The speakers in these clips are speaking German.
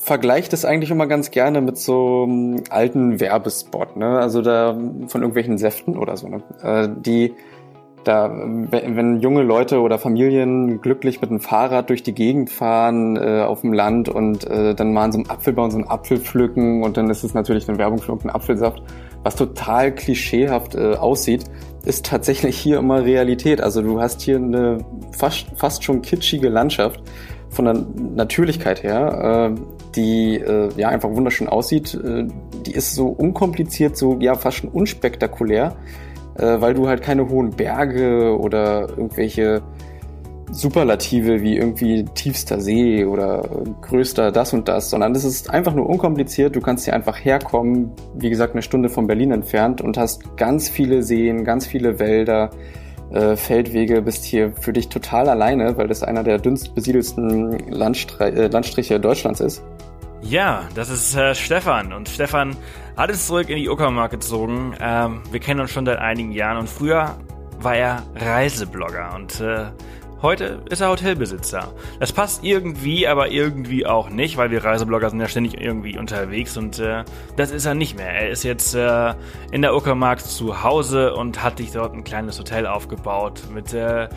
vergleiche das eigentlich immer ganz gerne mit so einem alten Werbespot, ne? Also da von irgendwelchen Säften oder so, ne? Wenn junge Leute oder Familien glücklich mit dem Fahrrad durch die Gegend fahren auf dem Land und dann mal an so einem Apfelbaum so einen Apfel pflücken und dann ist es natürlich eine Werbung für irgendeinen Apfelsaft, was total klischeehaft aussieht, ist tatsächlich hier immer Realität. Also du hast hier eine fast schon kitschige Landschaft von der Natürlichkeit her, die einfach wunderschön aussieht. Die ist so unkompliziert, so fast schon unspektakulär, weil du halt keine hohen Berge oder irgendwelche Superlative wie irgendwie tiefster See oder größter das und das, sondern das ist einfach nur unkompliziert. Du kannst hier einfach herkommen, wie gesagt, 1 Stunde von Berlin entfernt und hast ganz viele Seen, ganz viele Wälder, Feldwege, bist hier für dich total alleine, weil das einer der dünnst besiedelsten Landstriche Deutschlands ist. Ja, das ist Stefan. Und Stefan hat es zurück in die Uckermark gezogen. Wir kennen uns schon seit einigen Jahren und früher war er Reiseblogger und heute ist er Hotelbesitzer. Das passt irgendwie, aber irgendwie auch nicht, weil wir Reiseblogger sind ja ständig irgendwie unterwegs und das ist er nicht mehr. Er ist jetzt in der Uckermark zu Hause und hat sich dort ein kleines Hotel aufgebaut mit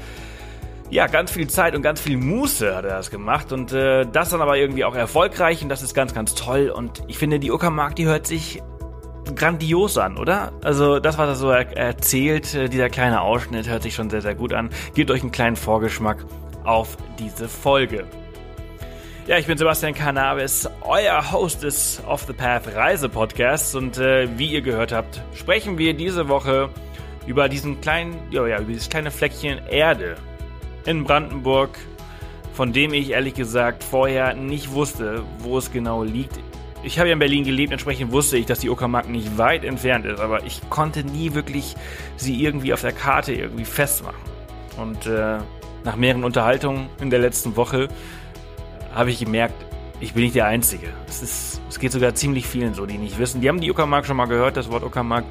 ganz viel Zeit und ganz viel Muße hat er das gemacht und das dann aber irgendwie auch erfolgreich und das ist ganz, ganz toll und ich finde, die Uckermark, die hört sich grandios an, oder? Also das, was er so erzählt, dieser kleine Ausschnitt hört sich schon sehr, sehr gut an. Gebt euch einen kleinen Vorgeschmack auf diese Folge. Ja, ich bin Sebastian Cannabis, euer Host des Off the Path Reise-Podcasts und wie ihr gehört habt, sprechen wir diese Woche über dieses kleine Fleckchen Erde in Brandenburg, von dem ich ehrlich gesagt vorher nicht wusste, wo es genau liegt. Ich habe ja in Berlin gelebt, entsprechend wusste ich, dass die Uckermark nicht weit entfernt ist, aber ich konnte nie wirklich sie irgendwie auf der Karte irgendwie festmachen. Und nach mehreren Unterhaltungen in der letzten Woche habe ich gemerkt, ich bin nicht der Einzige. Es geht sogar ziemlich vielen so, die nicht wissen. Die haben die Uckermark schon mal gehört, das Wort Uckermark.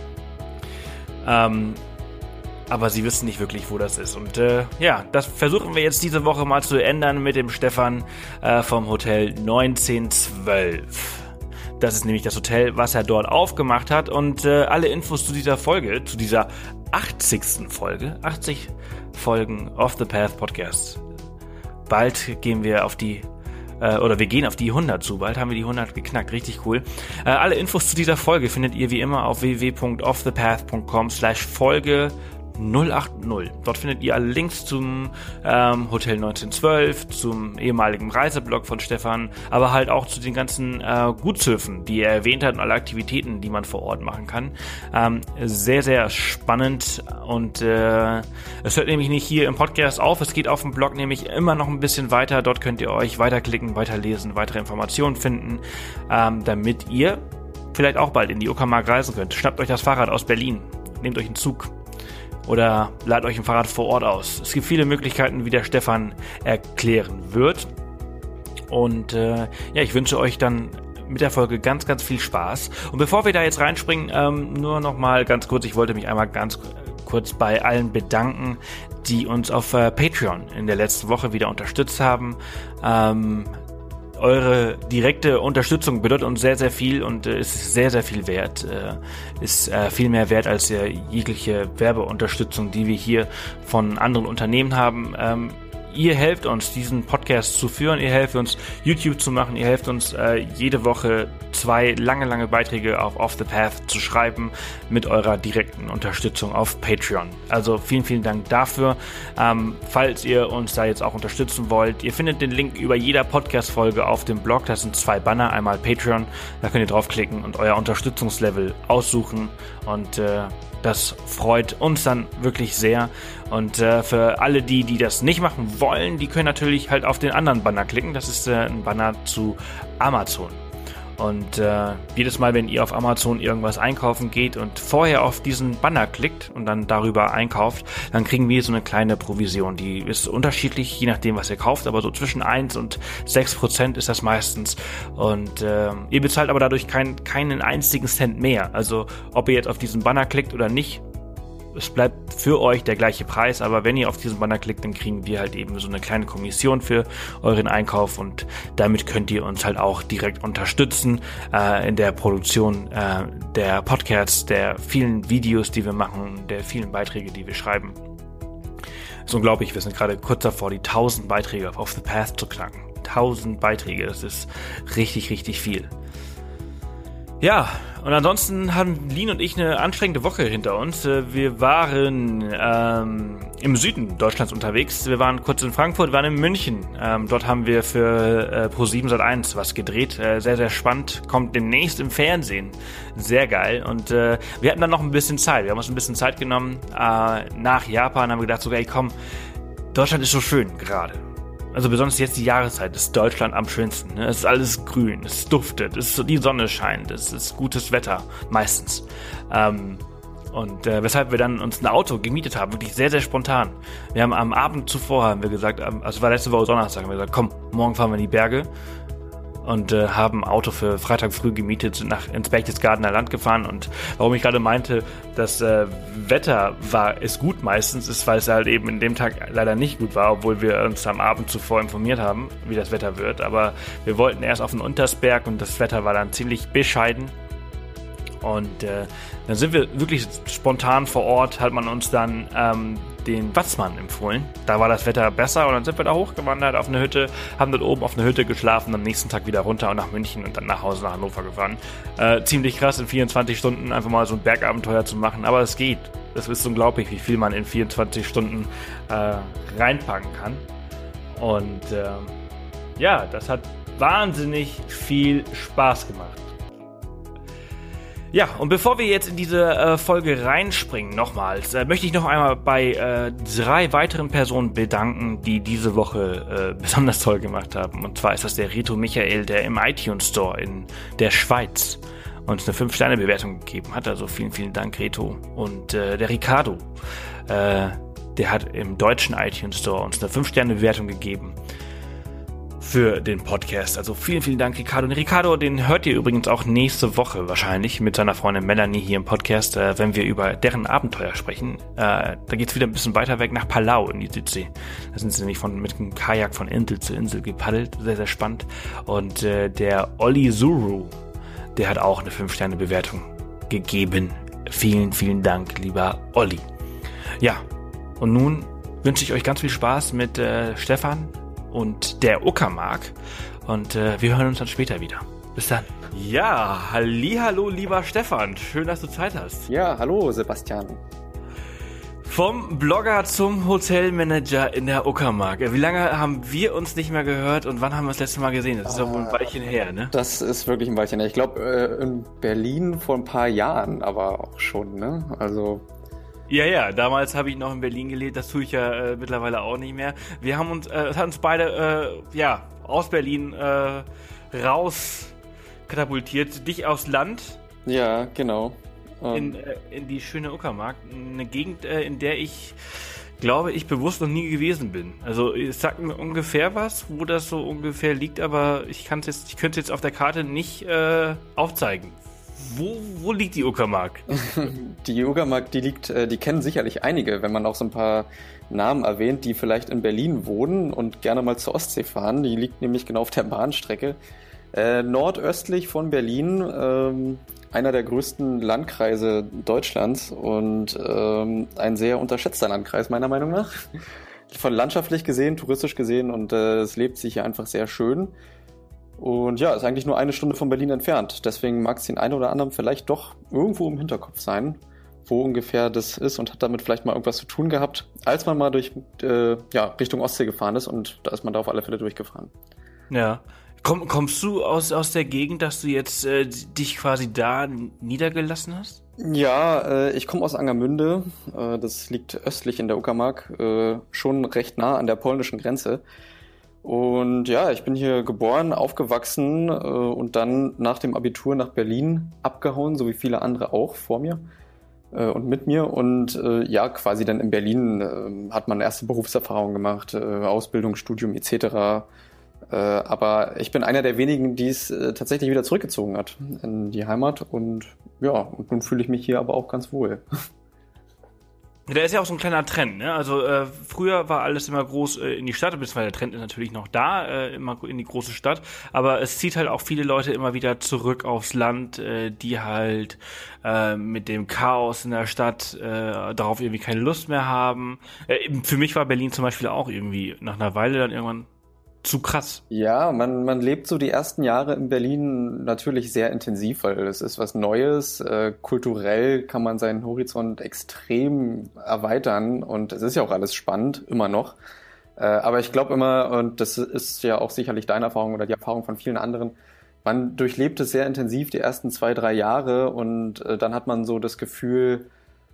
Aber sie wissen nicht wirklich, wo das ist. Und das versuchen wir jetzt diese Woche mal zu ändern mit dem Stefan vom Hotel 1912. Das ist nämlich das Hotel, was er dort aufgemacht hat. Und alle Infos zu dieser Folge, zu dieser 80. Folge, 80 Folgen Off the Path Podcast. Bald gehen wir auf die wir gehen auf die 100 zu. Bald haben wir die 100 geknackt. Richtig cool. Alle Infos zu dieser Folge findet ihr wie immer auf www.offthepath.com/Folge 080. Dort findet ihr alle Links zum Hotel 1912, zum ehemaligen Reiseblog von Stefan, aber halt auch zu den ganzen Gutshöfen, die er erwähnt hat und alle Aktivitäten, die man vor Ort machen kann. Sehr, sehr spannend und es hört nämlich nicht hier im Podcast auf, es geht auf dem Blog nämlich immer noch ein bisschen weiter. Dort könnt ihr euch weiterklicken, weiterlesen, weitere Informationen finden, damit ihr vielleicht auch bald in die Uckermark reisen könnt. Schnappt euch das Fahrrad aus Berlin, nehmt euch einen Zug. Oder ladet euch ein Fahrrad vor Ort aus. Es gibt viele Möglichkeiten, wie der Stefan erklären wird. Und ich wünsche euch dann mit der Folge ganz, ganz viel Spaß. Und bevor wir da jetzt reinspringen, nur noch mal ganz kurz, ich wollte mich einmal ganz kurz bei allen bedanken, die uns auf Patreon in der letzten Woche wieder unterstützt haben. Eure direkte Unterstützung bedeutet uns sehr, sehr viel und ist sehr, sehr viel wert. Ist viel mehr wert als jegliche Werbeunterstützung, die wir hier von anderen Unternehmen haben. Ihr helft uns, diesen Podcast zu führen, ihr helft uns, YouTube zu machen, ihr helft uns, jede Woche 2 lange Beiträge auf Off the Path zu schreiben mit eurer direkten Unterstützung auf Patreon. Also vielen, vielen Dank dafür. Falls ihr uns da jetzt auch unterstützen wollt, ihr findet den Link über jeder Podcast-Folge auf dem Blog. Das sind 2 Banner, einmal Patreon, da könnt ihr draufklicken und euer Unterstützungslevel aussuchen und das freut uns dann wirklich sehr. Und für alle die das nicht machen wollen, die können natürlich halt auf den anderen Banner klicken. Das ist ein Banner zu Amazon. Und jedes Mal, wenn ihr auf Amazon irgendwas einkaufen geht und vorher auf diesen Banner klickt und dann darüber einkauft, dann kriegen wir so eine kleine Provision. Die ist unterschiedlich, je nachdem, was ihr kauft, aber so zwischen 1 und 6% ist das meistens. Und ihr bezahlt aber dadurch keinen einzigen Cent mehr. Also ob ihr jetzt auf diesen Banner klickt oder nicht, es bleibt für euch der gleiche Preis, aber wenn ihr auf diesen Banner klickt, dann kriegen wir halt eben so eine kleine Kommission für euren Einkauf und damit könnt ihr uns halt auch direkt unterstützen in der Produktion der Podcasts, der vielen Videos, die wir machen, der vielen Beiträge, die wir schreiben. Das ist unglaublich, wir sind gerade kurz davor, die 1000 Beiträge auf The Path zu knacken. 1000 Beiträge, das ist richtig, richtig viel. Ja, und ansonsten haben Lin und ich eine anstrengende Woche hinter uns. Wir waren im Süden Deutschlands unterwegs. Wir waren kurz in Frankfurt, wir waren in München. Dort haben wir für Pro7 Sat.1 was gedreht. Sehr, sehr spannend. Kommt demnächst im Fernsehen. Sehr geil. Und wir hatten dann noch ein bisschen Zeit. Wir haben uns ein bisschen Zeit genommen. Nach Japan haben wir gedacht, sogar, ey, komm, Deutschland ist so schön gerade. Also besonders jetzt die Jahreszeit ist Deutschland am schönsten. Ne? Es ist alles grün, es duftet, die Sonne scheint, es ist gutes Wetter, meistens. Weshalb wir dann uns ein Auto gemietet haben, wirklich sehr, sehr spontan. Wir haben am Abend zuvor, haben wir gesagt, also war letzte Woche Donnerstag, haben wir gesagt, komm, morgen fahren wir in die Berge. Und haben ein Auto für Freitag früh gemietet, sind ins Berchtesgadener Land gefahren. Und warum ich gerade meinte, das Wetter ist gut meistens, ist, weil es halt eben in dem Tag leider nicht gut war, obwohl wir uns am Abend zuvor informiert haben, wie das Wetter wird. Aber wir wollten erst auf den Untersberg und das Wetter war dann ziemlich bescheiden. Und dann sind wir wirklich spontan vor Ort, hat man uns dann den Watzmann empfohlen. Da war das Wetter besser und dann sind wir da hochgewandert auf eine Hütte, haben dort oben auf eine Hütte geschlafen, am nächsten Tag wieder runter und nach München und dann nach Hause nach Hannover gefahren. Ziemlich krass, in 24 Stunden einfach mal so ein Bergabenteuer zu machen, aber es geht. Das ist unglaublich, wie viel man in 24 Stunden reinpacken kann. Und ja, das hat wahnsinnig viel Spaß gemacht. Ja, und bevor wir jetzt in diese Folge reinspringen, nochmals, möchte ich noch einmal bei 3 weiteren Personen bedanken, die diese Woche besonders toll gemacht haben. Und zwar ist das der Reto Michael, der im iTunes Store in der Schweiz uns eine 5-Sterne-Bewertung gegeben hat. Also vielen, vielen Dank, Reto. Und der Ricardo, der hat im deutschen iTunes Store uns eine 5-Sterne-Bewertung gegeben für den Podcast. Also vielen, vielen Dank, Ricardo. Und Ricardo, den hört ihr übrigens auch nächste Woche wahrscheinlich mit seiner Freundin Melanie hier im Podcast, wenn wir über deren Abenteuer sprechen. Da geht's wieder ein bisschen weiter weg nach Palau in die Südsee. Da sind sie nämlich mit dem Kajak von Insel zu Insel gepaddelt. Sehr, sehr spannend. Und der Olli Zuru, der hat auch eine 5-Sterne-Bewertung gegeben. Vielen, vielen Dank, lieber Olli. Ja, und nun wünsche ich euch ganz viel Spaß mit Stefan und der Uckermark und wir hören uns dann später wieder. Bis dann. Ja, hallihallo, lieber Stefan. Schön, dass du Zeit hast. Ja, hallo Sebastian. Vom Blogger zum Hotelmanager in der Uckermark. Wie lange haben wir uns nicht mehr gehört und wann haben wir das letzte Mal gesehen? Das ist doch wohl ein Weilchen her, ne? Das ist wirklich ein Weilchen her. Ich glaube, in Berlin vor ein paar Jahren, aber auch schon, ne? Also... Ja, damals habe ich noch in Berlin gelebt, das tue ich ja mittlerweile auch nicht mehr. Wir haben uns, es hat uns beide, aus Berlin raus katapultiert, dich aufs Land. Ja, genau. In die schöne Uckermark, eine Gegend, in der ich glaube, ich bewusst noch nie gewesen bin. Also es sagt mir ungefähr was, wo das so ungefähr liegt, aber ich könnte es jetzt auf der Karte nicht aufzeigen. Wo liegt die Uckermark? Die Uckermark, die kennen sicherlich einige, wenn man auch so ein paar Namen erwähnt, die vielleicht in Berlin wohnen und gerne mal zur Ostsee fahren. Die liegt nämlich genau auf der Bahnstrecke. Nordöstlich von Berlin, einer der größten Landkreise Deutschlands und ein sehr unterschätzter Landkreis meiner Meinung nach. Von landschaftlich gesehen, touristisch gesehen und es lebt sich hier einfach sehr schön. Und ja, ist eigentlich nur 1 Stunde von Berlin entfernt. Deswegen mag es den einen oder anderen vielleicht doch irgendwo im Hinterkopf sein, wo ungefähr das ist und hat damit vielleicht mal irgendwas zu tun gehabt, als man mal durch Richtung Ostsee gefahren ist und da ist man da auf alle Fälle durchgefahren. Ja. Kommst du aus der Gegend, dass du jetzt dich quasi da niedergelassen hast? Ja, ich komme aus Angermünde. Das liegt östlich in der Uckermark, schon recht nah an der polnischen Grenze. Und ja, ich bin hier geboren, aufgewachsen und dann nach dem Abitur nach Berlin abgehauen, so wie viele andere auch vor mir und mit mir. Und quasi dann in Berlin hat man erste Berufserfahrung gemacht, Ausbildung, Studium etc. Aber ich bin einer der wenigen, die es tatsächlich wieder zurückgezogen hat in die Heimat. Und ja, und nun fühle ich mich hier aber auch ganz wohl. Da ist ja auch so ein kleiner Trend, ne? Also früher war alles immer groß in die Stadt, beziehungsweise der Trend ist natürlich noch da, immer in die große Stadt, aber es zieht halt auch viele Leute immer wieder zurück aufs Land, die halt mit dem Chaos in der Stadt darauf irgendwie keine Lust mehr haben. Für mich war Berlin zum Beispiel auch irgendwie nach einer Weile dann irgendwann zu krass. Ja, man lebt so die ersten Jahre in Berlin natürlich sehr intensiv, weil es ist was Neues. Kulturell kann man seinen Horizont extrem erweitern und es ist ja auch alles spannend, immer noch. Aber ich glaube immer, und das ist ja auch sicherlich deine Erfahrung oder die Erfahrung von vielen anderen, man durchlebt es sehr intensiv die ersten 2, 3 Jahre und dann hat man so das Gefühl,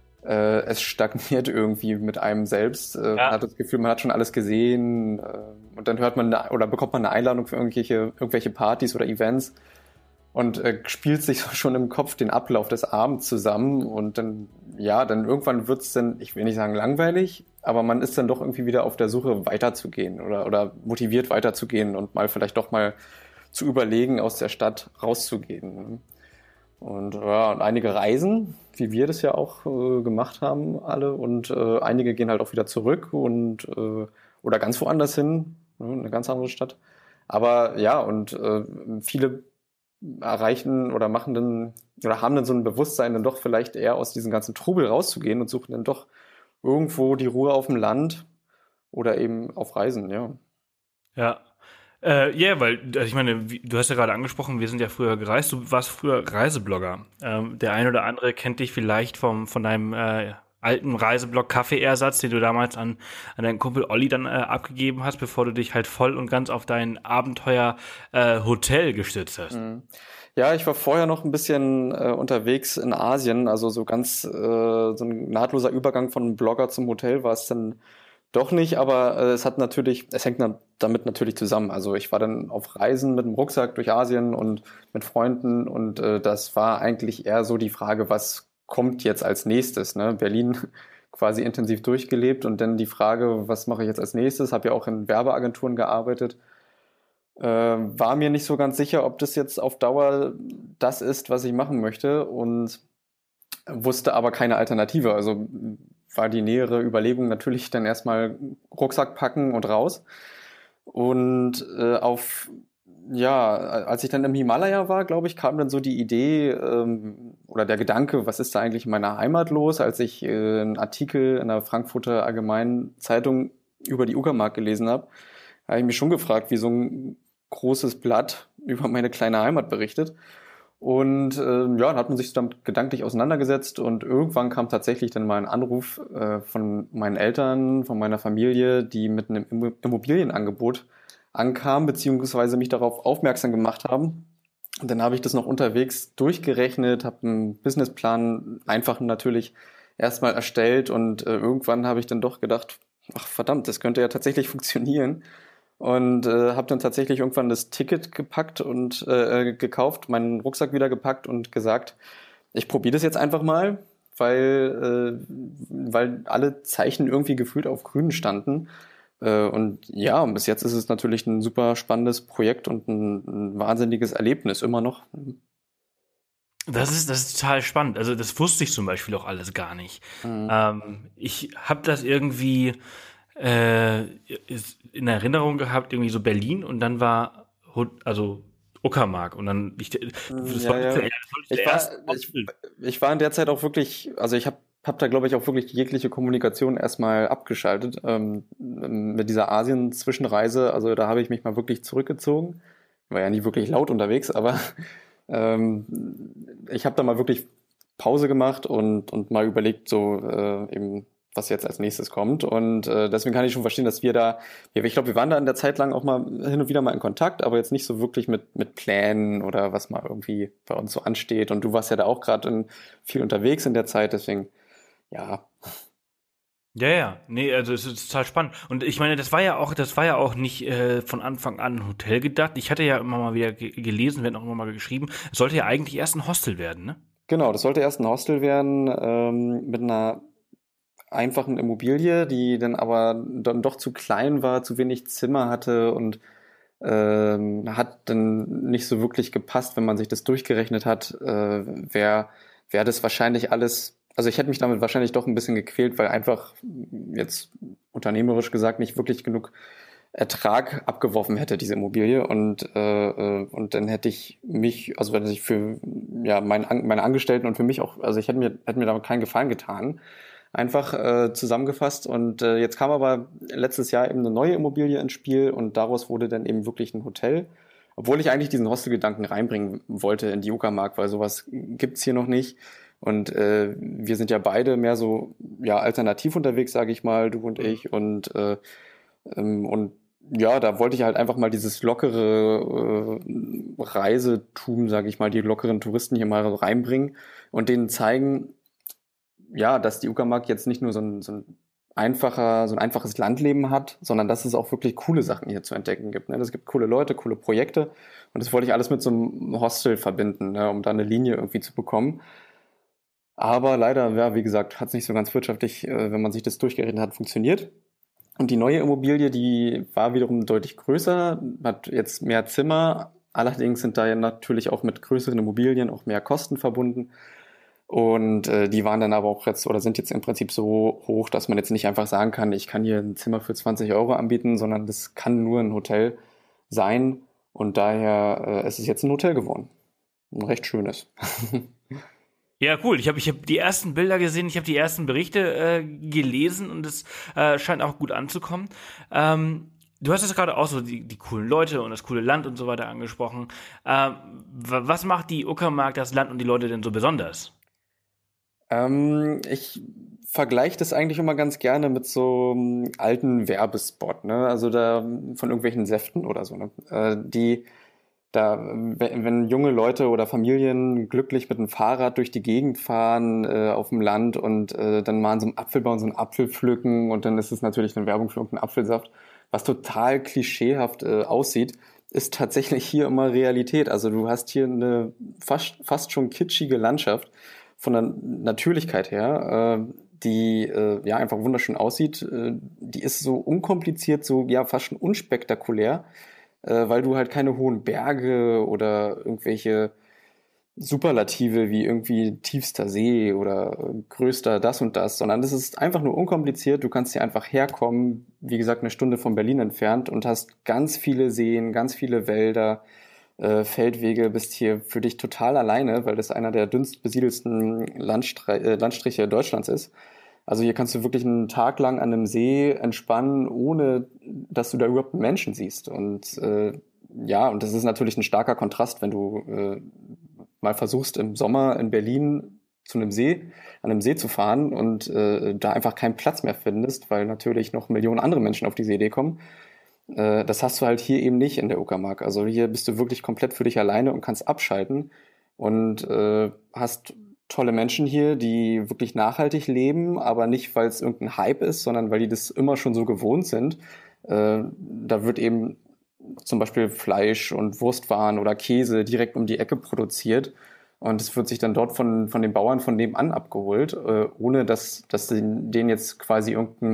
es stagniert irgendwie mit einem selbst. Man hat das Gefühl, man hat schon alles gesehen und dann hört man oder bekommt man eine Einladung für irgendwelche Partys oder Events und spielt sich so schon im Kopf den Ablauf des Abends zusammen und dann, ja, dann irgendwann wird's dann, ich will nicht sagen langweilig, aber man ist dann doch irgendwie wieder auf der Suche weiterzugehen oder motiviert weiterzugehen und mal vielleicht doch mal zu überlegen, aus der Stadt rauszugehen. Und ja, und einige reisen, wie wir das ja auch gemacht haben, alle. Und einige gehen halt auch wieder zurück und oder ganz woanders hin, ne, eine ganz andere Stadt. Aber ja, und viele erreichen oder machen dann oder haben dann so ein Bewusstsein, dann doch vielleicht eher aus diesem ganzen Trubel rauszugehen und suchen dann doch irgendwo die Ruhe auf dem Land oder eben auf Reisen, ja. Ja. Ja, weil, ich meine, du hast ja gerade angesprochen, wir sind ja früher gereist, du warst früher Reiseblogger. Der ein oder andere kennt dich vielleicht von deinem alten Reiseblog Kaffeeersatz, den du damals an deinen Kumpel Olli dann abgegeben hast, bevor du dich halt voll und ganz auf dein Abenteuer Hotel gestützt hast. Mhm. Ja, ich war vorher noch ein bisschen unterwegs in Asien, also so ganz so ein nahtloser Übergang von Blogger zum Hotel war es dann doch nicht, aber es hängt damit natürlich zusammen. Also ich war dann auf Reisen mit dem Rucksack durch Asien und mit Freunden und das war eigentlich eher so die Frage, was kommt jetzt als nächstes, ne? Berlin quasi intensiv durchgelebt und dann die Frage, was mache ich jetzt als nächstes? Habe ja auch in Werbeagenturen gearbeitet. War mir nicht so ganz sicher, ob das jetzt auf Dauer das ist, was ich machen möchte und wusste aber keine Alternative. Also war die nähere Überlegung natürlich dann erstmal Rucksack packen und raus. Und als ich dann im Himalaya war, glaube ich, kam dann so die Idee oder der Gedanke, was ist da eigentlich in meiner Heimat los, als ich einen Artikel in der Frankfurter Allgemeinen Zeitung über die Uckermark gelesen habe, habe ich mich schon gefragt, wie so ein großes Blatt über meine kleine Heimat berichtet. Und dann hat man sich damit gedanklich auseinandergesetzt und irgendwann kam tatsächlich dann mal ein Anruf von meinen Eltern, von meiner Familie, die mit einem Immobilienangebot ankamen, beziehungsweise mich darauf aufmerksam gemacht haben. Und dann habe ich das noch unterwegs durchgerechnet, habe einen Businessplan einfach natürlich erstmal erstellt und irgendwann habe ich dann doch gedacht, ach verdammt, das könnte ja tatsächlich funktionieren. Und habe dann tatsächlich irgendwann das Ticket gepackt und gekauft, meinen Rucksack wieder gepackt und gesagt, ich probiere das jetzt einfach mal, weil alle Zeichen irgendwie gefühlt auf grün standen. Und ja, bis jetzt ist es natürlich ein super spannendes Projekt und ein wahnsinniges Erlebnis, immer noch. Das ist total spannend. Also das wusste ich zum Beispiel auch alles gar nicht. Ich habe das irgendwie in Erinnerung gehabt, irgendwie so Berlin und dann war Uckermark und dann ich war in der Zeit auch wirklich, also ich hab da glaube ich auch wirklich jegliche Kommunikation erstmal abgeschaltet mit dieser Asien-Zwischenreise, also da habe ich mich mal wirklich zurückgezogen, war ja nie wirklich laut unterwegs, aber ich habe da mal wirklich Pause gemacht und mal überlegt, so eben was jetzt als nächstes kommt. Und deswegen kann ich schon verstehen, dass ich glaube, wir waren da in der Zeit lang auch mal hin und wieder mal in Kontakt, aber jetzt nicht so wirklich mit Plänen oder was mal irgendwie bei uns so ansteht. Und du warst ja da auch gerade viel unterwegs in der Zeit, deswegen, ja. Ja. Nee, also es ist total spannend. Und ich meine, das war ja auch nicht von Anfang an ein Hotel gedacht. Ich hatte ja immer mal wieder gelesen, werden auch immer mal geschrieben, es sollte ja eigentlich erst ein Hostel werden, ne? Genau, das sollte erst ein Hostel werden, mit einer einfachen Immobilie, die dann aber dann doch zu klein war, zu wenig Zimmer hatte und hat dann nicht so wirklich gepasst, wenn man sich das durchgerechnet hat, wäre das wahrscheinlich alles also ich hätte mich damit wahrscheinlich doch ein bisschen gequält, weil einfach jetzt unternehmerisch gesagt nicht wirklich genug Ertrag abgeworfen hätte, diese Immobilie. Und dann hätte ich mich, also wenn ich für ja meine Angestellten und für mich auch, also ich hätte mir damit keinen Gefallen getan. Einfach zusammengefasst. Und jetzt kam aber letztes Jahr eben eine neue Immobilie ins Spiel und daraus wurde dann eben wirklich ein Hotel. Obwohl ich eigentlich diesen Hostelgedanken reinbringen wollte in die Uckermark, weil sowas gibt's hier noch nicht. Und wir sind ja beide mehr so ja alternativ unterwegs, sage ich mal, du und ich. Und ja, da wollte ich halt einfach mal dieses lockere Reisetum, sage ich mal, die lockeren Touristen hier mal reinbringen und denen zeigen, ja, dass die Uckermark jetzt nicht nur so ein einfaches Landleben hat, sondern dass es auch wirklich coole Sachen hier zu entdecken gibt. Ne? Es gibt coole Leute, coole Projekte und das wollte ich alles mit so einem Hostel verbinden, ne? Um da eine Linie irgendwie zu bekommen. Aber leider, ja, wie gesagt, hat es nicht so ganz wirtschaftlich, wenn man sich das durchgerechnet hat, funktioniert. Und die neue Immobilie, die war wiederum deutlich größer, hat jetzt mehr Zimmer. Allerdings sind da ja natürlich auch mit größeren Immobilien auch mehr Kosten verbunden. Und die waren dann aber auch jetzt oder sind jetzt im Prinzip so hoch, dass man jetzt nicht einfach sagen kann, ich kann hier ein Zimmer für 20 Euro anbieten, sondern das kann nur ein Hotel sein. Und daher ist es jetzt ein Hotel geworden. Ein recht schönes. Ja, cool. Ich hab die ersten Bilder gesehen, ich habe die ersten Berichte gelesen und es scheint auch gut anzukommen. Du hast jetzt gerade auch so die coolen Leute und das coole Land und so weiter angesprochen. Was macht die Uckermark, das Land und die Leute denn so besonders? Ich vergleiche das eigentlich immer ganz gerne mit so einem alten Werbespot, ne? Also da von irgendwelchen Säften oder so, ne? Wenn junge Leute oder Familien glücklich mit dem Fahrrad durch die Gegend fahren auf dem Land und dann mal an so einem Apfelbaum so einen Apfel pflücken und dann ist es natürlich eine Werbung für irgendeinen Apfelsaft, was total klischeehaft aussieht, ist tatsächlich hier immer Realität. Also du hast hier eine fast schon kitschige Landschaft von der Natürlichkeit her, die ja einfach wunderschön aussieht. Die ist so unkompliziert, so ja fast schon unspektakulär, weil du halt keine hohen Berge oder irgendwelche Superlative wie irgendwie tiefster See oder größter das und das, sondern es ist einfach nur unkompliziert. Du kannst hier einfach herkommen, wie gesagt, eine Stunde von Berlin entfernt und hast ganz viele Seen, ganz viele Wälder, Feldwege, bist hier für dich total alleine, weil das einer der dünnst besiedelsten Landstriche Deutschlands ist. Also hier kannst du wirklich einen Tag lang an einem See entspannen, ohne dass du da überhaupt einen Menschen siehst. Und ja, und das ist natürlich ein starker Kontrast, wenn du mal versuchst, im Sommer in Berlin an einem See zu fahren und da einfach keinen Platz mehr findest, weil natürlich noch Millionen andere Menschen auf diese Idee kommen. Das hast du halt hier eben nicht in der Uckermark. Also hier bist du wirklich komplett für dich alleine und kannst abschalten und hast tolle Menschen hier, die wirklich nachhaltig leben, aber nicht, weil es irgendein Hype ist, sondern weil die das immer schon so gewohnt sind. Da wird eben zum Beispiel Fleisch und Wurstwaren oder Käse direkt um die Ecke produziert und es wird sich dann dort von den Bauern von nebenan abgeholt, ohne dass denen jetzt quasi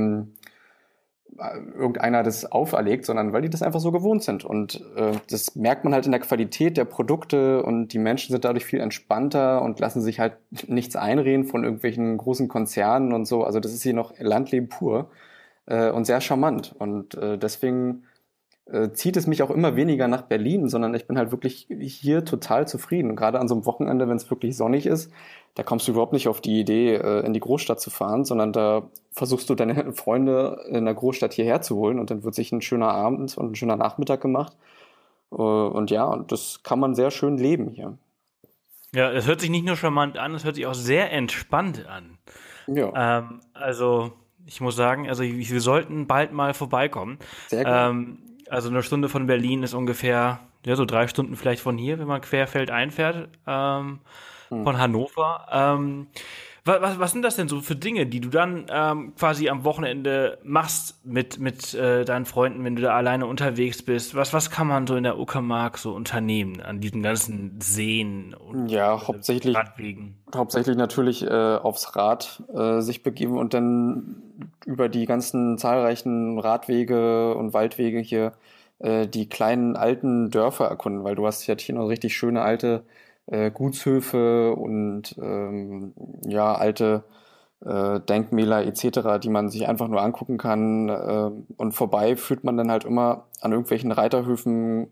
irgendeiner das auferlegt, sondern weil die das einfach so gewohnt sind. Und das merkt man halt in der Qualität der Produkte und die Menschen sind dadurch viel entspannter und lassen sich halt nichts einreden von irgendwelchen großen Konzernen und so. Also das ist hier noch Landleben pur und sehr charmant. Und deswegen zieht es mich auch immer weniger nach Berlin, sondern ich bin halt wirklich hier total zufrieden. Und gerade an so einem Wochenende, wenn es wirklich sonnig ist, da kommst du überhaupt nicht auf die Idee, in die Großstadt zu fahren, sondern da versuchst du deine Freunde in der Großstadt hierher zu holen und dann wird sich ein schöner Abend und ein schöner Nachmittag gemacht. Und ja, und das kann man sehr schön leben hier. Ja, es hört sich nicht nur charmant an, es hört sich auch sehr entspannt an. Ja. Also ich muss sagen, also wir sollten bald mal vorbeikommen. Sehr gut. Also eine Stunde von Berlin ist ungefähr, ja, so 3 Stunden vielleicht von hier, wenn man querfeld einfährt, von Hannover. Was sind das denn so für Dinge, die du dann quasi am Wochenende machst mit deinen Freunden, wenn du da alleine unterwegs bist? Was kann man so in der Uckermark so unternehmen an diesen ganzen Seen und Ja, Radwegen? hauptsächlich natürlich aufs Rad sich begeben und dann über die ganzen zahlreichen Radwege und Waldwege hier die kleinen alten Dörfer erkunden, weil du hast ja hier noch richtig schöne alte Gutshöfe und ja, alte Denkmäler etc., die man sich einfach nur angucken kann. Und vorbei führt man dann halt immer an irgendwelchen Reiterhöfen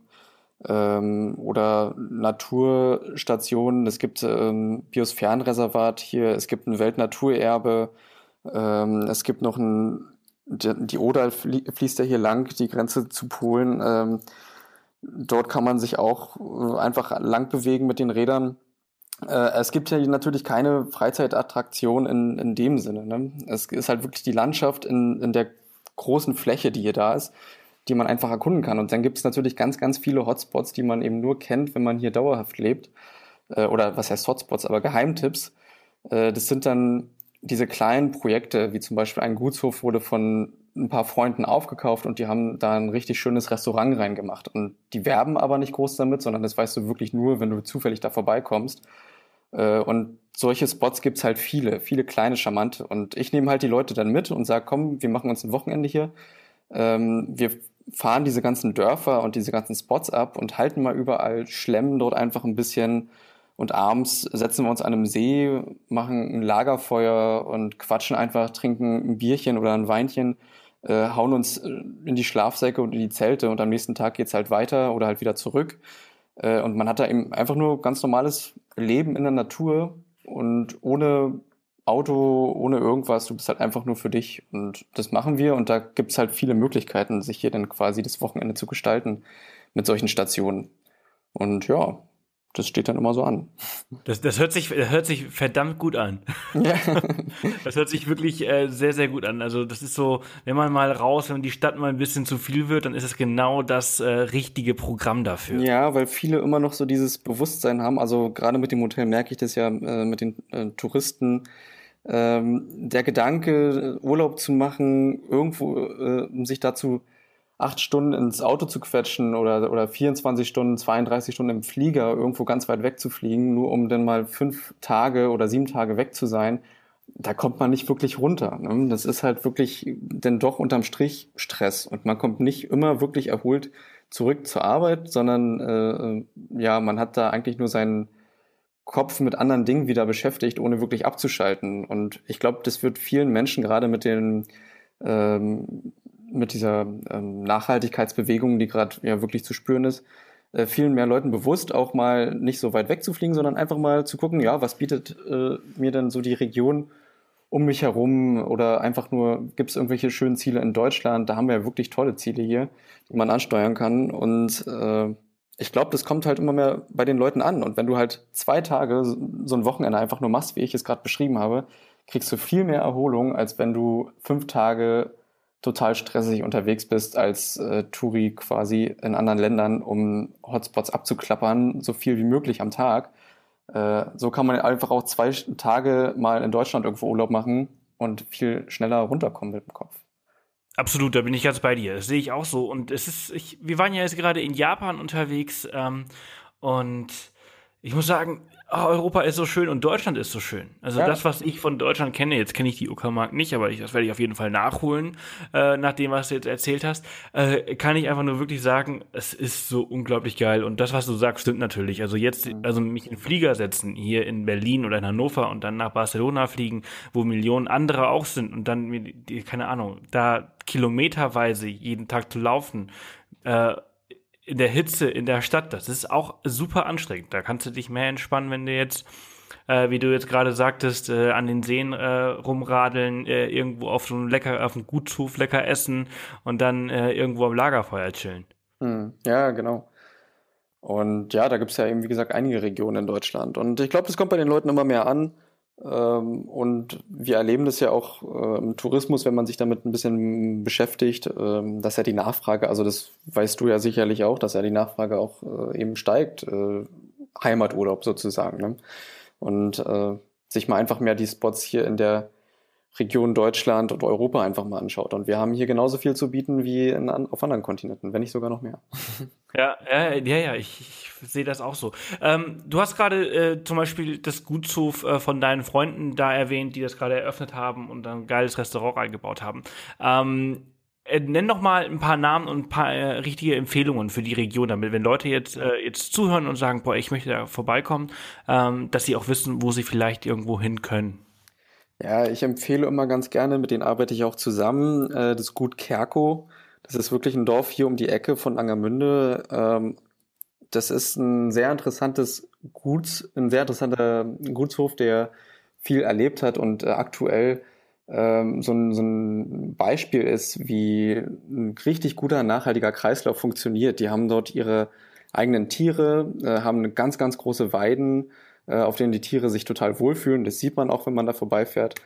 oder Naturstationen. Es gibt Biosphärenreservat hier, es gibt ein Weltnaturerbe, es gibt noch die Oder fließt ja hier lang, die Grenze zu Polen. Dort kann man sich auch einfach lang bewegen mit den Rädern. Es gibt ja natürlich keine Freizeitattraktion in dem Sinne. Ne? Es ist halt wirklich die Landschaft in der großen Fläche, die hier da ist, die man einfach erkunden kann. Und dann gibt es natürlich ganz, ganz viele Hotspots, die man eben nur kennt, wenn man hier dauerhaft lebt. Oder was heißt Hotspots, aber Geheimtipps. Das sind dann diese kleinen Projekte, wie zum Beispiel ein Gutshof wurde von ein paar Freunden aufgekauft und die haben da ein richtig schönes Restaurant reingemacht. Und die werben aber nicht groß damit, sondern das weißt du wirklich nur, wenn du zufällig da vorbeikommst. Und solche Spots gibt's halt viele, viele kleine, charmante. Und ich nehme halt die Leute dann mit und sage, komm, wir machen uns ein Wochenende hier. Wir fahren diese ganzen Dörfer und diese ganzen Spots ab und halten mal überall, schlemmen dort einfach ein bisschen. Und abends setzen wir uns an einem See, machen ein Lagerfeuer und quatschen einfach, trinken ein Bierchen oder ein Weinchen, hauen uns in die Schlafsäcke und in die Zelte und am nächsten Tag geht's halt weiter oder halt wieder zurück. Und man hat da eben einfach nur ganz normales Leben in der Natur und ohne Auto, ohne irgendwas. Du bist halt einfach nur für dich. Und das machen wir. Und da gibt's halt viele Möglichkeiten, sich hier dann quasi das Wochenende zu gestalten mit solchen Stationen. Und ja, das steht dann immer so an. Das hört sich verdammt gut an. Ja. Das hört sich wirklich sehr, sehr gut an. Also das ist so, wenn man mal raus, wenn die Stadt mal ein bisschen zu viel wird, dann ist es genau das richtige Programm dafür. Ja, weil viele immer noch so dieses Bewusstsein haben. Also gerade mit dem Hotel merke ich das ja mit den Touristen. Der Gedanke, Urlaub zu machen, irgendwo, um sich dazu 8 Stunden ins Auto zu quetschen oder 24 Stunden, 32 Stunden im Flieger irgendwo ganz weit weg zu fliegen, nur um dann mal 5 Tage oder 7 Tage weg zu sein, da kommt man nicht wirklich runter. Ne? Das ist halt wirklich dann doch unterm Strich Stress und man kommt nicht immer wirklich erholt zurück zur Arbeit, sondern ja, man hat da eigentlich nur seinen Kopf mit anderen Dingen wieder beschäftigt, ohne wirklich abzuschalten. Und ich glaube, das wird vielen Menschen gerade mit dieser Nachhaltigkeitsbewegung, die gerade ja wirklich zu spüren ist, vielen mehr Leuten bewusst, auch mal nicht so weit wegzufliegen, sondern einfach mal zu gucken, ja, was bietet mir denn so die Region um mich herum oder einfach nur, gibt es irgendwelche schönen Ziele in Deutschland? Da haben wir ja wirklich tolle Ziele hier, die man ansteuern kann. Und ich glaube, das kommt halt immer mehr bei den Leuten an. Und wenn du halt 2 Tage so ein Wochenende einfach nur machst, wie ich es gerade beschrieben habe, kriegst du viel mehr Erholung, als wenn du 5 Tage total stressig unterwegs bist als Touri quasi in anderen Ländern, um Hotspots abzuklappern, so viel wie möglich am Tag. So kann man einfach auch 2 Tage mal in Deutschland irgendwo Urlaub machen und viel schneller runterkommen mit dem Kopf. Absolut, da bin ich ganz bei dir. Das sehe ich auch so. Und wir waren ja jetzt gerade in Japan unterwegs und ich muss sagen, Europa ist so schön und Deutschland ist so schön. Also ja. Das, was ich von Deutschland kenne, jetzt kenne ich die Uckermark nicht, aber das werde ich auf jeden Fall nachholen, nach dem, was du jetzt erzählt hast, kann ich einfach nur wirklich sagen, es ist so unglaublich geil. Und das, was du sagst, stimmt natürlich. Also jetzt, also mich in den Flieger setzen, hier in Berlin oder in Hannover und dann nach Barcelona fliegen, wo Millionen andere auch sind und dann, keine Ahnung, da kilometerweise jeden Tag zu laufen, in der Hitze, in der Stadt, das ist auch super anstrengend. Da kannst du dich mehr entspannen, wenn du jetzt, wie du jetzt gerade sagtest, an den Seen rumradeln, irgendwo auf dem Gutshof lecker essen und dann irgendwo am Lagerfeuer chillen. Ja, genau. Und ja, da gibt's ja eben, wie gesagt, einige Regionen in Deutschland. Und ich glaube, das kommt bei den Leuten immer mehr an. Und wir erleben das ja auch im Tourismus, wenn man sich damit ein bisschen beschäftigt, dass ja die Nachfrage, also das weißt du ja sicherlich auch, dass ja die Nachfrage auch eben steigt, Heimaturlaub sozusagen. Ne? Und sich mal einfach mehr die Spots hier in der Region Deutschland und Europa einfach mal anschaut. Und wir haben hier genauso viel zu bieten wie auf anderen Kontinenten, wenn nicht sogar noch mehr. Ja, ich sehe das auch so. Du hast gerade zum Beispiel das Gutshof von deinen Freunden da erwähnt, die das gerade eröffnet haben und dann ein geiles Restaurant eingebaut haben. Nenn doch mal ein paar Namen und ein paar richtige Empfehlungen für die Region, damit, wenn Leute jetzt zuhören und sagen, boah, ich möchte da vorbeikommen, dass sie auch wissen, wo sie vielleicht irgendwo hin können. Ja, ich empfehle immer ganz gerne, mit denen arbeite ich auch zusammen, das Gut Kerkow. Das ist wirklich ein Dorf hier um die Ecke von Angermünde. Das ist ein sehr interessantes ein sehr interessanter Gutshof, der viel erlebt hat und aktuell so ein Beispiel ist, wie ein richtig guter, nachhaltiger Kreislauf funktioniert. Die haben dort ihre eigenen Tiere, haben eine ganz, ganz große Weiden, auf denen die Tiere sich total wohlfühlen. Das sieht man auch, wenn man da vorbeifährt.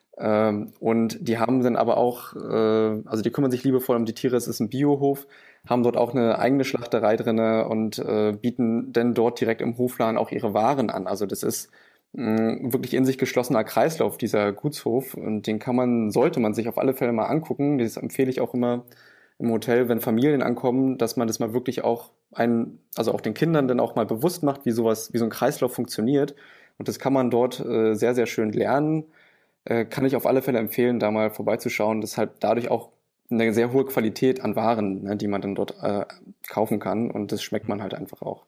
Und die haben dann aber auch, also die kümmern sich liebevoll um die Tiere. Es ist ein Biohof, haben dort auch eine eigene Schlachterei drinne und bieten dann dort direkt im Hofladen auch ihre Waren an. Also das ist wirklich in sich geschlossener Kreislauf, dieser Gutshof. Und den sollte man sich auf alle Fälle mal angucken. Das empfehle ich auch immer im Hotel, wenn Familien ankommen, dass man das mal wirklich auch also auch den Kindern dann auch mal bewusst macht, wie so ein Kreislauf funktioniert. Und das kann man dort sehr, sehr schön lernen. Kann ich auf alle Fälle empfehlen, da mal vorbeizuschauen. Das ist halt dadurch auch eine sehr hohe Qualität an Waren, ne, die man dann dort kaufen kann. Und das schmeckt man halt einfach auch.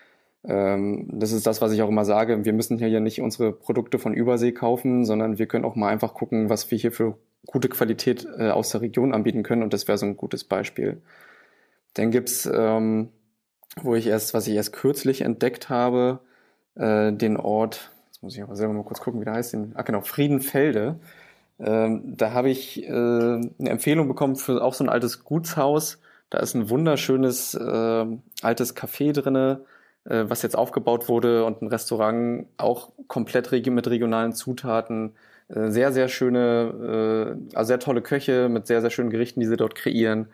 Das ist das, was ich auch immer sage. Wir müssen hier ja nicht unsere Produkte von Übersee kaufen, sondern wir können auch mal einfach gucken, was wir hier für gute Qualität aus der Region anbieten können. Und das wäre so ein gutes Beispiel. Dann gibt's, was ich erst kürzlich entdeckt habe, den Ort, jetzt muss ich aber selber mal kurz gucken, wie der heißt, genau, Friedenfelde. Da habe ich eine Empfehlung bekommen für auch so ein altes Gutshaus. Da ist ein wunderschönes altes Café drinne, was jetzt aufgebaut wurde und ein Restaurant auch komplett mit regionalen Zutaten. Sehr, sehr schöne, also sehr tolle Köche mit sehr, sehr schönen Gerichten, die sie dort kreieren.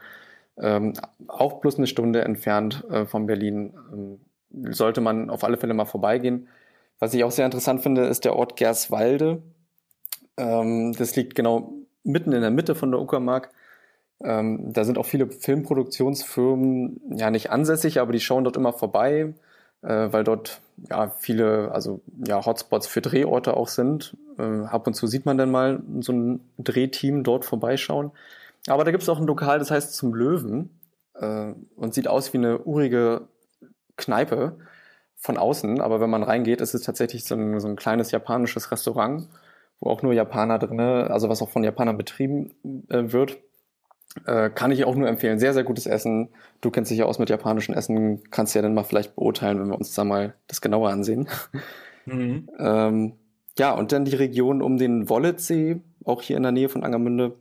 Auch bloß eine Stunde entfernt von Berlin. Sollte man auf alle Fälle mal vorbeigehen. Was ich auch sehr interessant finde, ist der Ort Gerswalde. Das liegt genau mitten in der Mitte von der Uckermark. Da sind auch viele Filmproduktionsfirmen ja nicht ansässig, aber die schauen dort immer vorbei, weil dort ja viele, also ja Hotspots für Drehorte auch sind. Ab und zu sieht man dann mal so ein Drehteam dort vorbeischauen. Aber da gibt es auch ein Lokal, das heißt Zum Löwen und sieht aus wie eine urige Kneipe von außen. Aber wenn man reingeht, ist es tatsächlich so ein kleines japanisches Restaurant, wo auch nur Japaner drinne, also was auch von Japanern betrieben wird. Kann ich auch nur empfehlen. Sehr, sehr gutes Essen. Du kennst dich ja aus mit japanischem Essen. Kannst ja dann mal vielleicht beurteilen, wenn wir uns da mal das genauer ansehen. Mhm. Ja, und dann die Region um den Wollitsee, auch hier in der Nähe von Angermünde.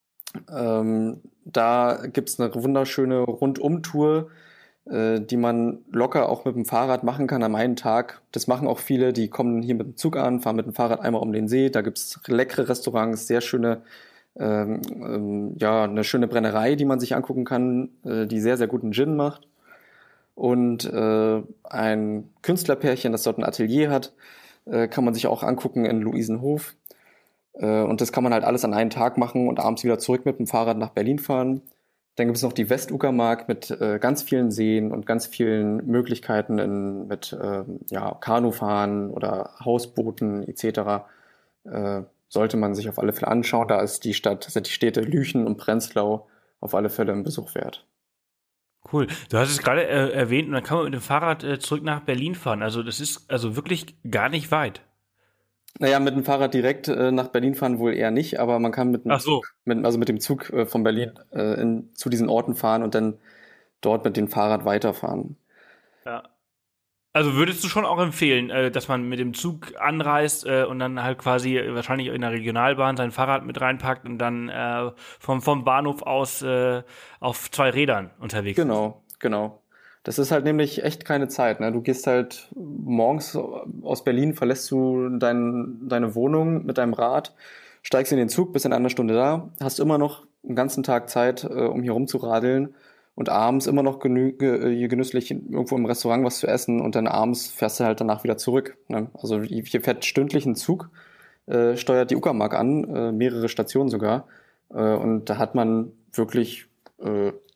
Da gibt's eine wunderschöne Rundumtour, die man locker auch mit dem Fahrrad machen kann am einen Tag. Das machen auch viele, die kommen hier mit dem Zug an, fahren mit dem Fahrrad einmal um den See. Da gibt's leckere Restaurants, sehr schöne ja, eine schöne Brennerei, die man sich angucken kann, die sehr, sehr guten Gin macht. Und ein Künstlerpärchen, das dort ein Atelier hat, kann man sich auch angucken in Luisenhof. Und das kann man halt alles an einem Tag machen und abends wieder zurück mit dem Fahrrad nach Berlin fahren. Dann gibt es noch die Westuckermark mit ganz vielen Seen und ganz vielen Möglichkeiten mit ja, Kanufahren oder Hausbooten etc. Sollte man sich auf alle Fälle anschauen. Da sind die Städte Lüchen und Prenzlau auf alle Fälle ein Besuch wert. Cool. Du hast es gerade erwähnt, und dann kann man mit dem Fahrrad zurück nach Berlin fahren. Also das ist also wirklich gar nicht weit. Naja, mit dem Fahrrad direkt nach Berlin fahren wohl eher nicht, aber man kann mit dem Ach so. Zug, mit dem Zug von Berlin zu diesen Orten fahren und dann dort mit dem Fahrrad weiterfahren. Ja. Also würdest du schon auch empfehlen, dass man mit dem Zug anreist und dann halt quasi wahrscheinlich in der Regionalbahn sein Fahrrad mit reinpackt und dann vom Bahnhof aus auf 2 Rädern unterwegs ist? Genau. Das ist halt nämlich echt keine Zeit, ne? Du gehst halt morgens aus Berlin, verlässt du deine Wohnung mit deinem Rad, steigst in den Zug, bist in einer Stunde da, hast immer noch einen ganzen Tag Zeit, um hier rumzuradeln und abends immer noch genüsslich irgendwo im Restaurant was zu essen und dann abends fährst du halt danach wieder zurück, ne? Also hier fährt stündlich ein Zug, steuert die Uckermark an, mehrere Stationen sogar, und da hat man wirklich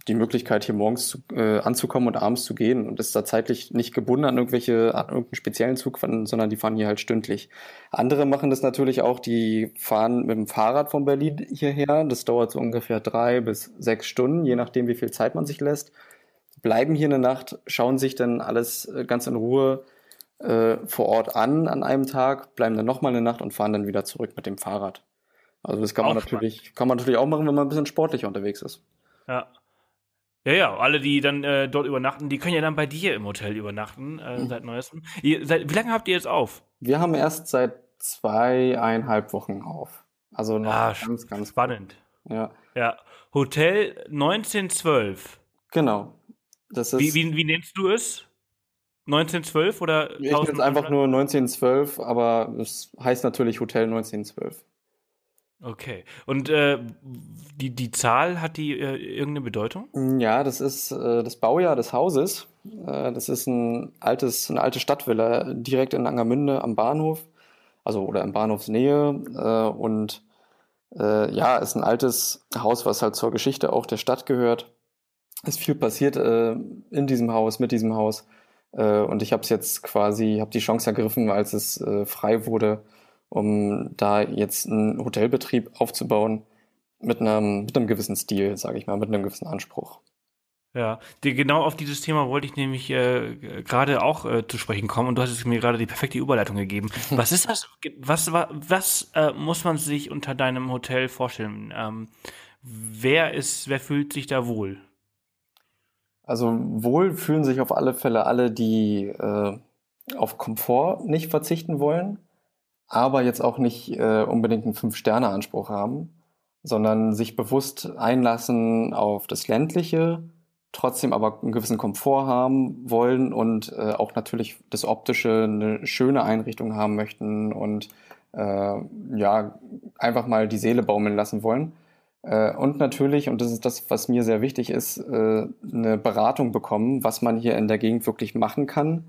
die Möglichkeit, hier morgens anzukommen und abends zu gehen und ist da zeitlich nicht gebunden an irgendeinen speziellen Zug, sondern die fahren hier halt stündlich. Andere machen das natürlich auch, die fahren mit dem Fahrrad von Berlin hierher. Das dauert so ungefähr 3 bis 6 Stunden, je nachdem, wie viel Zeit man sich lässt. Bleiben hier eine Nacht, schauen sich dann alles ganz in Ruhe vor Ort an einem Tag, bleiben dann nochmal eine Nacht und fahren dann wieder zurück mit dem Fahrrad. Also das kann man natürlich auch machen, wenn man ein bisschen sportlicher unterwegs ist. Ja. Ja, alle, die dann dort übernachten, die können ja dann bei dir im Hotel übernachten, seit Neuestem. Wie lange habt ihr jetzt auf? Wir haben erst seit 2,5 Wochen auf. Also noch ganz spannend. Ja. Hotel 1912. Genau. Das ist wie nennst du es? 1912 oder? Ich nenne es einfach nur 1912, aber es heißt natürlich Hotel 1912. Okay. Und die Zahl, hat die irgendeine Bedeutung? Ja, das ist das Baujahr des Hauses. Das ist eine alte Stadtvilla direkt in Angermünde am Bahnhof, also oder in Bahnhofsnähe. Und ist ein altes Haus, was halt zur Geschichte auch der Stadt gehört. Es ist viel passiert in diesem Haus, mit diesem Haus. Und ich habe die Chance ergriffen, als es frei wurde, um da jetzt einen Hotelbetrieb aufzubauen mit einem gewissen Stil, sage ich mal, mit einem gewissen Anspruch. Ja, genau auf dieses Thema wollte ich nämlich gerade auch zu sprechen kommen und du hast mir gerade die perfekte Überleitung gegeben. Was ist das? Was muss man sich unter deinem Hotel vorstellen? Wer fühlt sich da wohl? Also wohl fühlen sich auf alle Fälle alle, die auf Komfort nicht verzichten wollen, aber jetzt auch nicht unbedingt einen 5-Sterne-Anspruch haben, sondern sich bewusst einlassen auf das Ländliche, trotzdem aber einen gewissen Komfort haben wollen und auch natürlich das Optische, eine schöne Einrichtung haben möchten und einfach mal die Seele baumeln lassen wollen. Und natürlich, und das ist das, was mir sehr wichtig ist, eine Beratung bekommen, was man hier in der Gegend wirklich machen kann,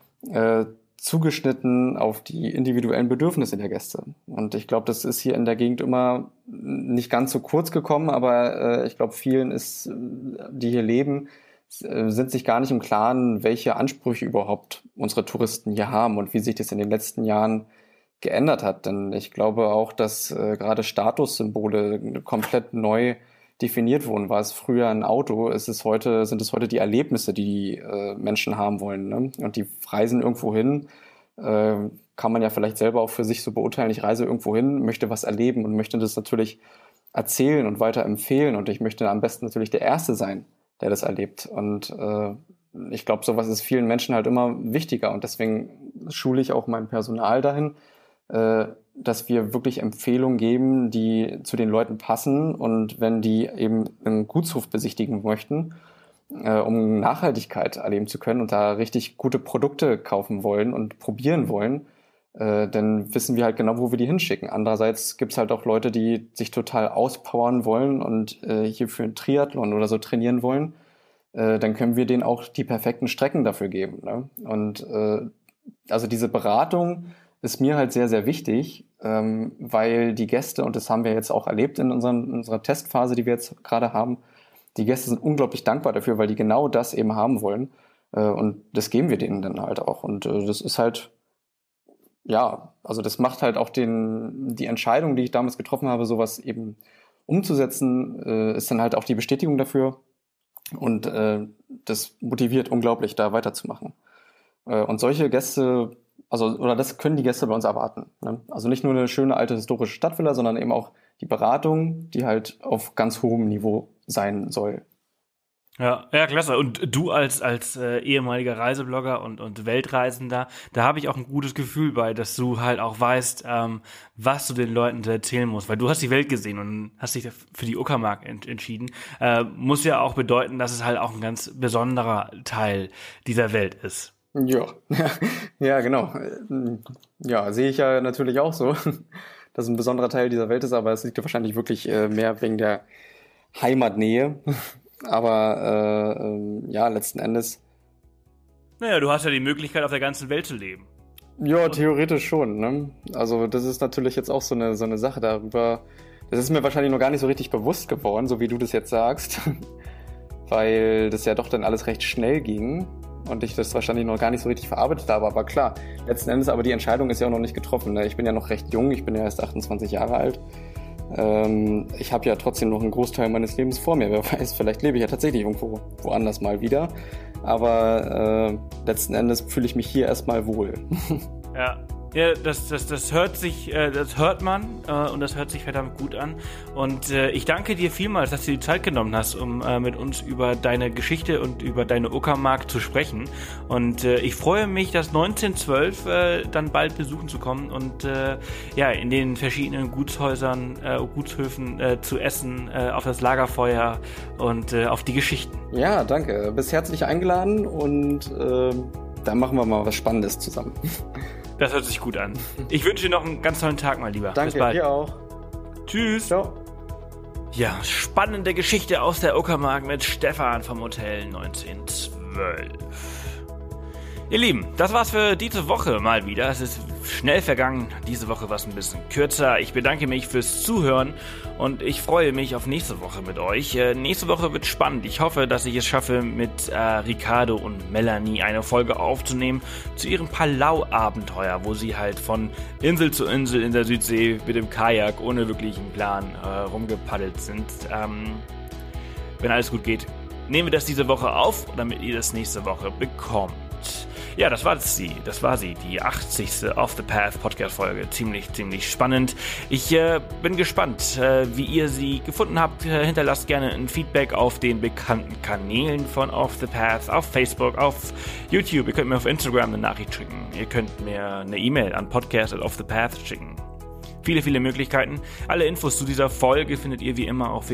zugeschnitten auf die individuellen Bedürfnisse der Gäste. Und ich glaube, das ist hier in der Gegend immer nicht ganz so kurz gekommen, aber ich glaube, vielen die hier leben, sind sich gar nicht im Klaren, welche Ansprüche überhaupt unsere Touristen hier haben und wie sich das in den letzten Jahren geändert hat. Denn ich glaube auch, dass gerade Statussymbole komplett neu definiert wurden. War es früher ein Auto, sind es heute die Erlebnisse, die Menschen haben wollen. Ne? Und die reisen irgendwo hin, kann man ja vielleicht selber auch für sich so beurteilen. Ich reise irgendwo hin, möchte was erleben und möchte das natürlich erzählen und weiter empfehlen. Und ich möchte am besten natürlich der Erste sein, der das erlebt. Und ich glaube, sowas ist vielen Menschen halt immer wichtiger. Und deswegen schule ich auch mein Personal dahin, dass wir wirklich Empfehlungen geben, die zu den Leuten passen und wenn die eben einen Gutshof besichtigen möchten, um Nachhaltigkeit erleben zu können und da richtig gute Produkte kaufen wollen und probieren wollen, dann wissen wir halt genau, wo wir die hinschicken. Andererseits gibt's halt auch Leute, die sich total auspowern wollen und hier für einen Triathlon oder so trainieren wollen, dann können wir denen auch die perfekten Strecken dafür geben. Ne? Und also diese Beratung ist mir halt sehr, sehr wichtig, weil die Gäste, und das haben wir jetzt auch erlebt in unserer Testphase, die wir jetzt gerade haben, die Gäste sind unglaublich dankbar dafür, weil die genau das eben haben wollen. Und das geben wir denen dann halt auch. Und das ist halt, also das macht halt auch die Entscheidung, die ich damals getroffen habe, sowas eben umzusetzen, ist dann halt auch die Bestätigung dafür. Und das motiviert unglaublich, da weiterzumachen. Und solche Gäste, das können die Gäste bei uns erwarten. Ne? Also nicht nur eine schöne alte historische Stadtvilla, sondern eben auch die Beratung, die halt auf ganz hohem Niveau sein soll. Ja, klasse. Und du als ehemaliger Reiseblogger und Weltreisender, da habe ich auch ein gutes Gefühl bei, dass du halt auch weißt, was du den Leuten erzählen musst. Weil du hast die Welt gesehen und hast dich für die Uckermark entschieden. Muss ja auch bedeuten, dass es halt auch ein ganz besonderer Teil dieser Welt ist. Ja, ja, genau. Ja, sehe ich ja natürlich auch so, dass es ein besonderer Teil dieser Welt ist, aber es liegt ja wahrscheinlich wirklich mehr wegen der Heimatnähe. Aber letzten Endes. Naja, du hast ja die Möglichkeit, auf der ganzen Welt zu leben. Ja, theoretisch schon. Ne? Also das ist natürlich jetzt auch so eine Sache darüber. Das ist mir wahrscheinlich noch gar nicht so richtig bewusst geworden, so wie du das jetzt sagst. weil das ja doch dann alles recht schnell ging und ich das wahrscheinlich noch gar nicht so richtig verarbeitet habe. Aber klar, letzten Endes, aber die Entscheidung ist ja auch noch nicht getroffen. Ne? Ich bin ja noch recht jung, ich bin ja erst 28 Jahre alt. Ich habe ja trotzdem noch einen Großteil meines Lebens vor mir. Wer weiß, vielleicht lebe ich ja tatsächlich irgendwo woanders mal wieder. Aber letzten Endes fühle ich mich hier erstmal wohl. Ja, das hört man und das hört sich verdammt gut an. Und ich danke dir vielmals, dass du die Zeit genommen hast, um mit uns über deine Geschichte und über deine Uckermark zu sprechen. Und ich freue mich, das 1912 dann bald besuchen zu kommen und in den verschiedenen Gutshöfen zu essen, auf das Lagerfeuer und auf die Geschichten. Ja, danke. Bist herzlich eingeladen und da machen wir mal was Spannendes zusammen. Das hört sich gut an. Ich wünsche dir noch einen ganz tollen Tag, mein Lieber. Danke, bis bald. Dir auch. Tschüss. Ciao. Ja, spannende Geschichte aus der Uckermark mit Stefan vom Hotel 1912. Ihr Lieben, das war's für diese Woche mal wieder. Es ist schnell vergangen. Diese Woche war es ein bisschen kürzer. Ich bedanke mich fürs Zuhören und ich freue mich auf nächste Woche mit euch. Nächste Woche wird spannend. Ich hoffe, dass ich es schaffe, mit Ricardo und Melanie eine Folge aufzunehmen zu ihrem Palau-Abenteuer, wo sie halt von Insel zu Insel in der Südsee mit dem Kajak ohne wirklichen Plan rumgepaddelt sind. Wenn alles gut geht, nehmen wir das diese Woche auf, damit ihr das nächste Woche bekommt. Ja, das war sie, die 80. Off the Path Podcast-Folge. Ziemlich spannend. Ich bin gespannt, wie ihr sie gefunden habt. Hinterlasst gerne ein Feedback auf den bekannten Kanälen von Off the Path, auf Facebook, auf YouTube. Ihr könnt mir auf Instagram eine Nachricht schicken. Ihr könnt mir eine E-Mail an podcast@offthepath schicken. Viele Möglichkeiten. Alle Infos zu dieser Folge findet ihr wie immer auf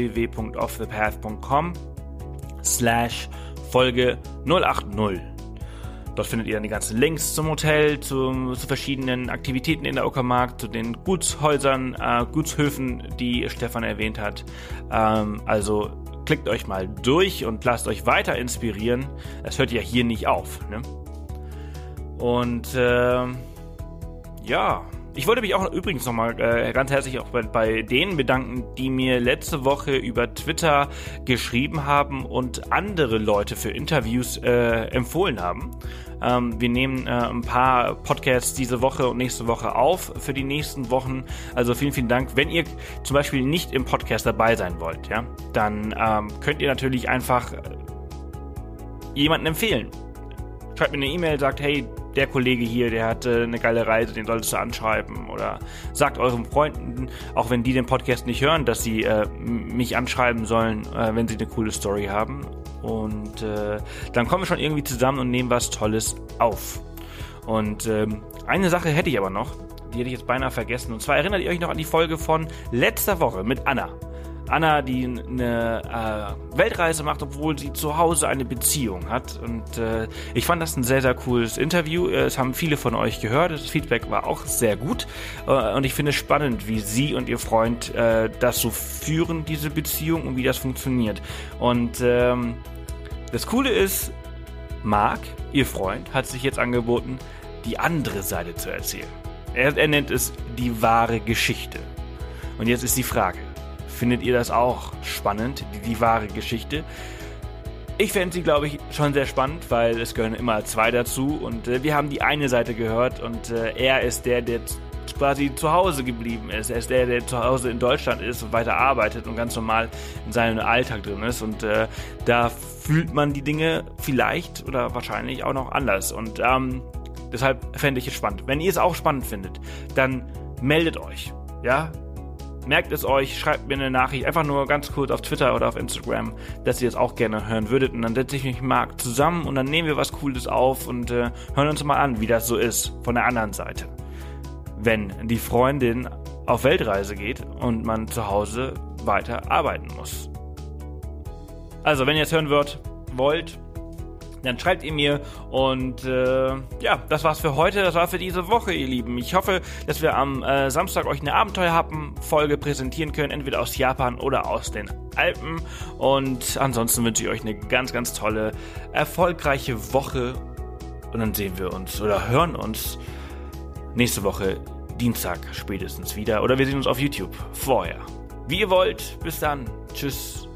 www.offthepath.com/Folge 080. Dort findet ihr dann die ganzen Links zum Hotel, zu verschiedenen Aktivitäten in der Uckermark, zu den Gutshäusern, Gutshöfen, die Stefan erwähnt hat. Also klickt euch mal durch und lasst euch weiter inspirieren. Es hört ja hier nicht auf, ne? Und ich wollte mich auch übrigens nochmal ganz herzlich auch bei denen bedanken, die mir letzte Woche über Twitter geschrieben haben und andere Leute für Interviews empfohlen haben. Wir nehmen ein paar Podcasts diese Woche und nächste Woche auf für die nächsten Wochen. Also vielen Dank. Wenn ihr zum Beispiel nicht im Podcast dabei sein wollt, ja, dann könnt ihr natürlich einfach jemanden empfehlen. Schreibt mir eine E-Mail, sagt, hey, der Kollege hier, der hat eine geile Reise, den solltest du anschreiben. Oder sagt euren Freunden, auch wenn die den Podcast nicht hören, dass sie mich anschreiben sollen, wenn sie eine coole Story haben. Und dann kommen wir schon irgendwie zusammen und nehmen was Tolles auf. Und eine Sache hätte ich aber noch, die hätte ich jetzt beinahe vergessen. Und zwar erinnert ihr euch noch an die Folge von letzter Woche mit Anna. Anna, die eine Weltreise macht, obwohl sie zu Hause eine Beziehung hat. Und ich fand das ein sehr cooles Interview. Es haben viele von euch gehört. Das Feedback war auch sehr gut. Und ich finde es spannend, wie sie und ihr Freund das so führen, diese Beziehung, und wie das funktioniert. Und das Coole ist, Marc, ihr Freund, hat sich jetzt angeboten, die andere Seite zu erzählen. Er nennt es die wahre Geschichte. Und jetzt ist die Frage: Findet ihr das auch spannend, die wahre Geschichte? Ich fände sie, glaube ich, schon sehr spannend, weil es gehören immer zwei dazu. Und wir haben die eine Seite gehört und er ist der quasi zu Hause geblieben ist. Er ist der zu Hause in Deutschland ist und weiter arbeitet und ganz normal in seinem Alltag drin ist. Und da fühlt man die Dinge vielleicht oder wahrscheinlich auch noch anders. Und deshalb fände ich es spannend. Wenn ihr es auch spannend findet, dann meldet euch. Ja? Merkt es euch, schreibt mir eine Nachricht, einfach nur ganz kurz auf Twitter oder auf Instagram, dass ihr es auch gerne hören würdet. Und dann setze ich mich mit Marc zusammen und dann nehmen wir was Cooles auf und hören uns mal an, wie das so ist von der anderen Seite. Wenn die Freundin auf Weltreise geht und man zu Hause weiter arbeiten muss. Also, wenn ihr es hören wollt, dann schreibt ihr mir. Und das war's für heute, das war für diese Woche, ihr Lieben. Ich hoffe, dass wir am Samstag euch eine Abenteuerhappen-Folge präsentieren können, entweder aus Japan oder aus den Alpen. Und ansonsten wünsche ich euch eine ganz tolle, erfolgreiche Woche. Und dann sehen wir uns oder hören uns nächste Woche Dienstag spätestens wieder. Oder wir sehen uns auf YouTube vorher. Wie ihr wollt. Bis dann. Tschüss.